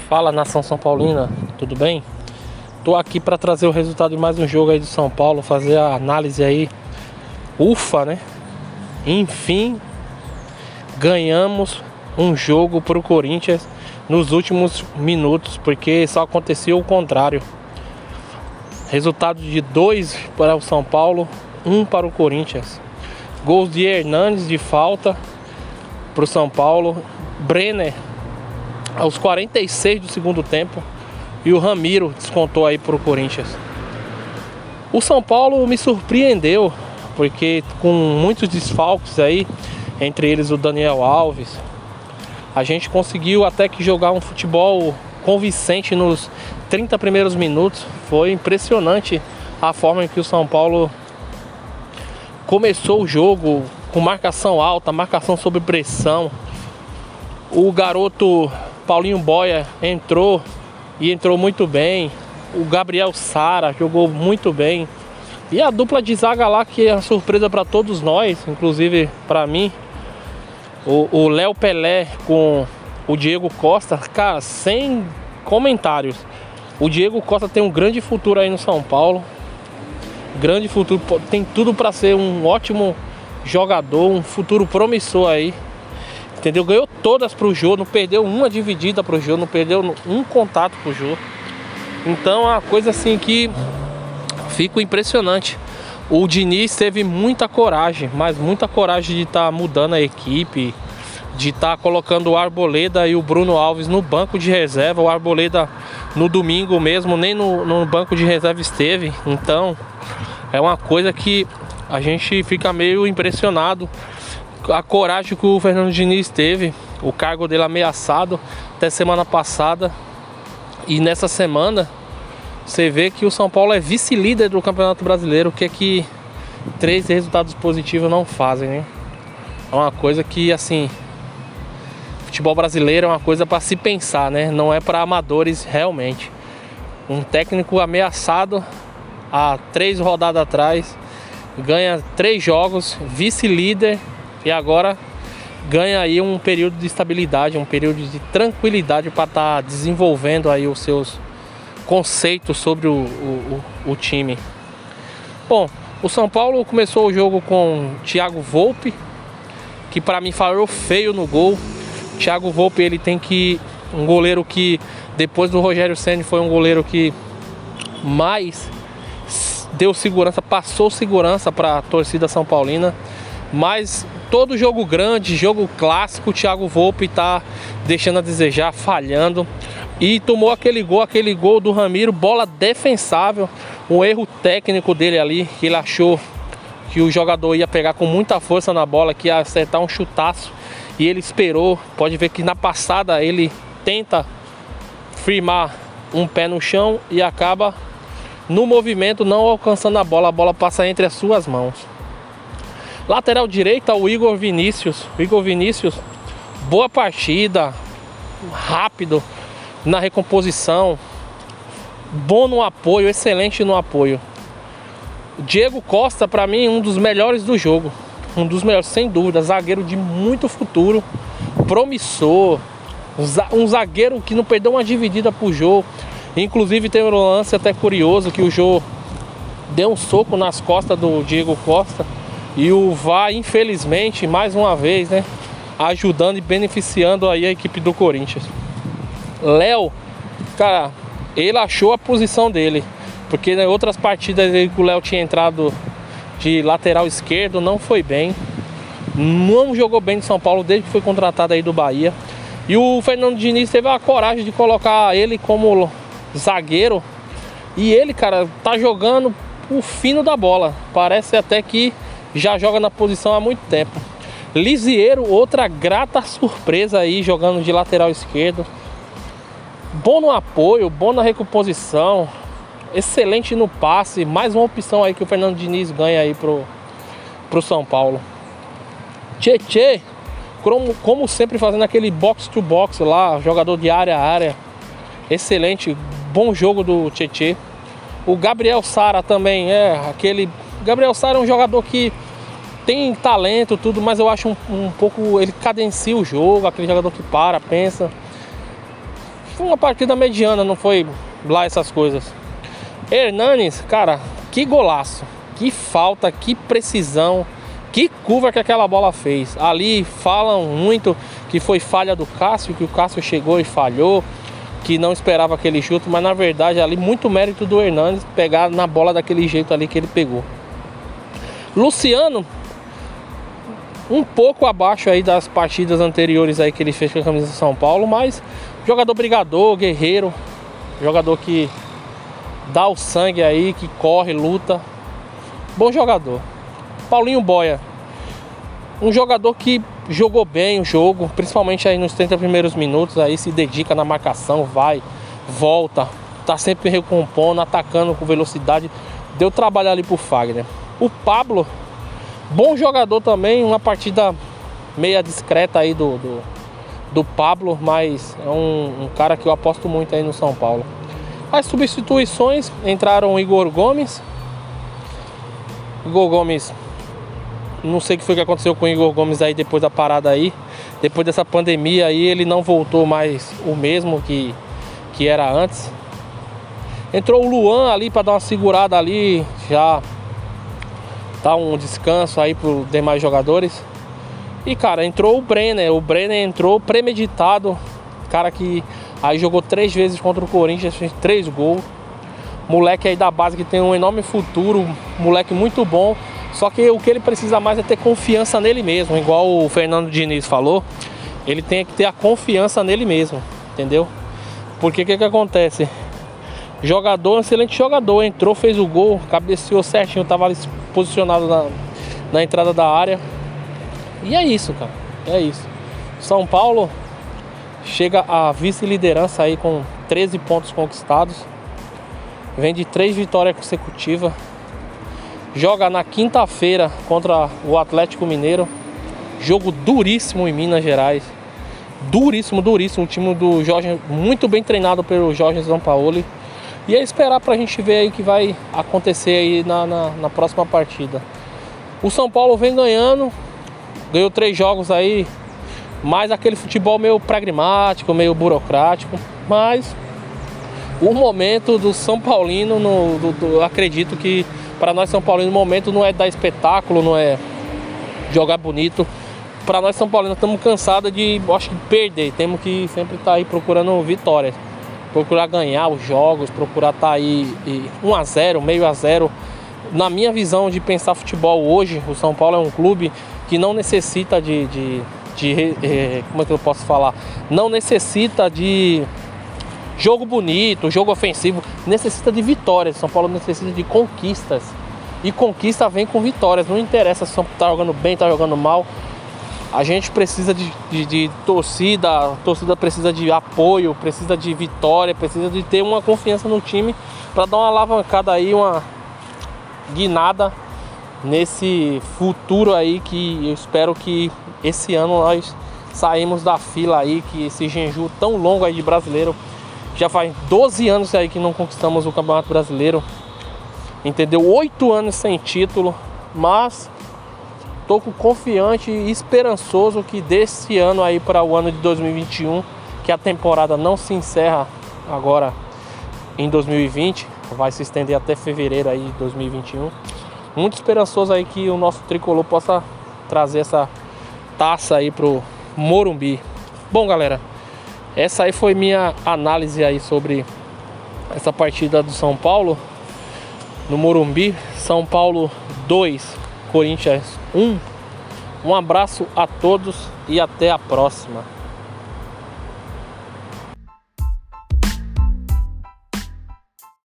Fala, nação São Paulina, tudo bem? Tô aqui para trazer o resultado de mais um jogo aí do São Paulo, fazer a análise aí. Ufa, né? Enfim, ganhamos um jogo pro Corinthians nos últimos minutos, porque só aconteceu o contrário. Resultado de 2 para o São Paulo, 1 para o Corinthians. Gols de Hernanes de falta para o São Paulo, Brenner aos 46 do segundo tempo e o Ramiro descontou aí para o Corinthians. O São Paulo me surpreendeu, porque com muitos desfalques aí, entre eles o Daniel Alves, a gente conseguiu até que jogar um futebol convincente nos 30 primeiros minutos. Foi impressionante a forma em que o São Paulo começou o jogo, com marcação alta, marcação sob pressão. O garoto Paulinho Boia entrou e entrou muito bem. O Gabriel Sara jogou muito bem. E a dupla de zaga lá, que é uma surpresa para todos nós, inclusive para mim, o Léo Pelé com o Diego Costa, cara, sem comentários. O Diego Costa tem um grande futuro aí no São Paulo. Grande futuro, tem tudo para ser um ótimo jogador, um futuro promissor aí. Entendeu? Ganhou todas pro Jô, não perdeu uma dividida pro Jô, não perdeu um contato pro Jô. Então é uma coisa assim que fico impressionante. O Diniz teve muita coragem, mas muita coragem de estar mudando a equipe, de estar colocando o Arboleda e o Bruno Alves no banco de reserva. O Arboleda no domingo mesmo, nem no banco de reserva esteve. Então é uma coisa que a gente fica meio impressionado. A coragem que o Fernando Diniz teve, o cargo dele ameaçado até semana passada. E nessa semana você vê que o São Paulo é vice-líder do Campeonato Brasileiro. O que é que 3 resultados positivos não fazem, né? É uma coisa que, assim, futebol brasileiro é uma coisa para se pensar, né? Não é para amadores realmente. Um técnico ameaçado há 3 rodadas atrás, ganha 3 jogos, vice-líder, e agora ganha aí um período de estabilidade, um período de tranquilidade para estar desenvolvendo aí os seus conceitos sobre o time. Bom, o São Paulo começou o jogo com Thiago Volpi, que para mim falhou feio no gol. Thiago Volpi, ele tem que... um goleiro que depois do Rogério Ceni foi um goleiro que mais deu segurança, passou segurança para a torcida são paulina. Mas todo jogo grande, jogo clássico, o Thiago Volpi tá deixando a desejar, falhando. E tomou aquele gol do Ramiro, bola defensável. Um erro técnico dele ali, que ele achou que o jogador ia pegar com muita força na bola, que ia acertar um chutaço. E ele esperou. Pode ver que na passada ele tenta firmar um pé no chão e acaba no movimento não alcançando a bola passa entre as suas mãos. Lateral direita, o Igor Vinícius. O Igor Vinícius, boa partida, rápido na recomposição, bom no apoio, excelente no apoio. Diego Costa, para mim, um dos melhores do jogo. Um dos melhores, sem dúvida. Zagueiro de muito futuro, promissor. Um zagueiro que não perdeu uma dividida pro Jô. Inclusive tem um lance até curioso, que o Jô deu um soco nas costas do Diego Costa. E o VAR, infelizmente, mais uma vez, né, ajudando e beneficiando aí a equipe do Corinthians. Léo, cara, ele achou a posição dele, porque em outras partidas que o Léo tinha entrado de lateral esquerdo, não foi bem. Não jogou bem no São Paulo desde que foi contratado aí do Bahia. E o Fernando Diniz teve a coragem de colocar ele como zagueiro. E ele, cara, tá jogando o fino da bola. Parece até que já joga na posição há muito tempo. Lisieiro, outra grata surpresa aí, jogando de lateral esquerdo. Bom no apoio, bom na recomposição, excelente no passe. Mais uma opção aí que o Fernando Diniz ganha aí pro São Paulo. Tietê, como sempre, fazendo aquele box to box lá, jogador de área a área. Excelente, bom jogo do Tietê. O Gabriel Sara também Gabriel Sara é um jogador que tem talento, tudo, mas eu acho um pouco... ele cadencia o jogo, aquele jogador que para, pensa. foi uma partida mediana, não foi lá essas coisas. Hernanes, cara, que golaço, que falta, que precisão, que curva que aquela bola fez. Ali falam muito que foi falha do Cássio, que o Cássio chegou e falhou, que não esperava aquele chute, mas na verdade ali muito mérito do Hernanes pegar na bola daquele jeito ali que ele pegou. Luciano, um pouco abaixo aí das partidas anteriores aí que ele fez com a camisa de São Paulo, mas jogador brigador, guerreiro, jogador que dá o sangue aí, que corre, luta, bom jogador. Paulinho Boia, um jogador que jogou bem o jogo, principalmente aí nos 30 primeiros minutos, aí se dedica na marcação, vai, volta, tá sempre recompondo, atacando com velocidade, deu trabalho ali pro Fagner. O Pablo, bom jogador também, uma partida meia discreta aí do Pablo, mas é um cara que eu aposto muito aí no São Paulo. As substituições, entraram o Igor Gomes. Igor Gomes, não sei o que foi que aconteceu com o Igor Gomes aí depois da parada aí. Depois dessa pandemia aí, ele não voltou mais o mesmo que era antes. Entrou o Luan ali para dar uma segurada ali, já tá um descanso aí para os demais jogadores. E cara, entrou o Brenner entrou premeditado, cara que aí jogou 3 vezes contra o Corinthians, fez 3 gols. Moleque aí da base que tem um enorme futuro, moleque muito bom. Só que o que ele precisa mais é ter confiança nele mesmo, igual o Fernando Diniz falou. Ele tem que ter a confiança nele mesmo, entendeu? Porque o que acontece? Jogador, excelente jogador, entrou, fez o gol, cabeceou certinho, tava ali posicionado na entrada da área. E é isso, cara, é isso. São Paulo chega à vice-liderança aí com 13 pontos conquistados. Vem de 3 vitórias consecutivas. Joga na quinta-feira contra o Atlético Mineiro. Jogo duríssimo em Minas Gerais. Duríssimo, duríssimo. O time do Jorge, muito bem treinado pelo Jorge Sampaoli. E é esperar pra gente ver aí o que vai acontecer aí na próxima partida. O São Paulo vem ganhando. Ganhou 3 jogos aí. Mais aquele futebol meio pragmático, meio burocrático. Mas o momento do São Paulino, eu acredito que para nós São Paulinos o momento não é dar espetáculo, não é jogar bonito. Para nós São Paulinos estamos cansados de, acho que perder. Temos que sempre estar aí procurando vitórias. Procurar ganhar os jogos, procurar estar aí 1-0, meio a 0. Na minha visão de pensar futebol hoje, o São Paulo é um clube que não necessita como é que eu posso falar? Não necessita de jogo bonito, jogo ofensivo, necessita de vitórias. São Paulo necessita de conquistas. E conquista vem com vitórias. Não interessa se o São Paulo tá jogando bem, tá jogando mal. A gente precisa de torcida, a torcida precisa de apoio, precisa de vitória, precisa de ter uma confiança no time para dar uma alavancada aí, uma guinada nesse futuro aí, que eu espero que esse ano nós saímos da fila aí, que esse jejum tão longo aí de brasileiro. Já faz 12 anos aí que não conquistamos o Campeonato Brasileiro, entendeu? 8 anos sem título, mas tô confiante e esperançoso que desse ano aí para o ano de 2021, que a temporada não se encerra agora em 2020, vai se estender até fevereiro aí de 2021. Muito esperançoso aí que o nosso tricolor possa trazer essa taça aí pro Morumbi. Bom, galera, essa aí foi minha análise aí sobre essa partida do São Paulo no Morumbi. São Paulo 2, Corinthians 1. Um abraço a todos e até a próxima.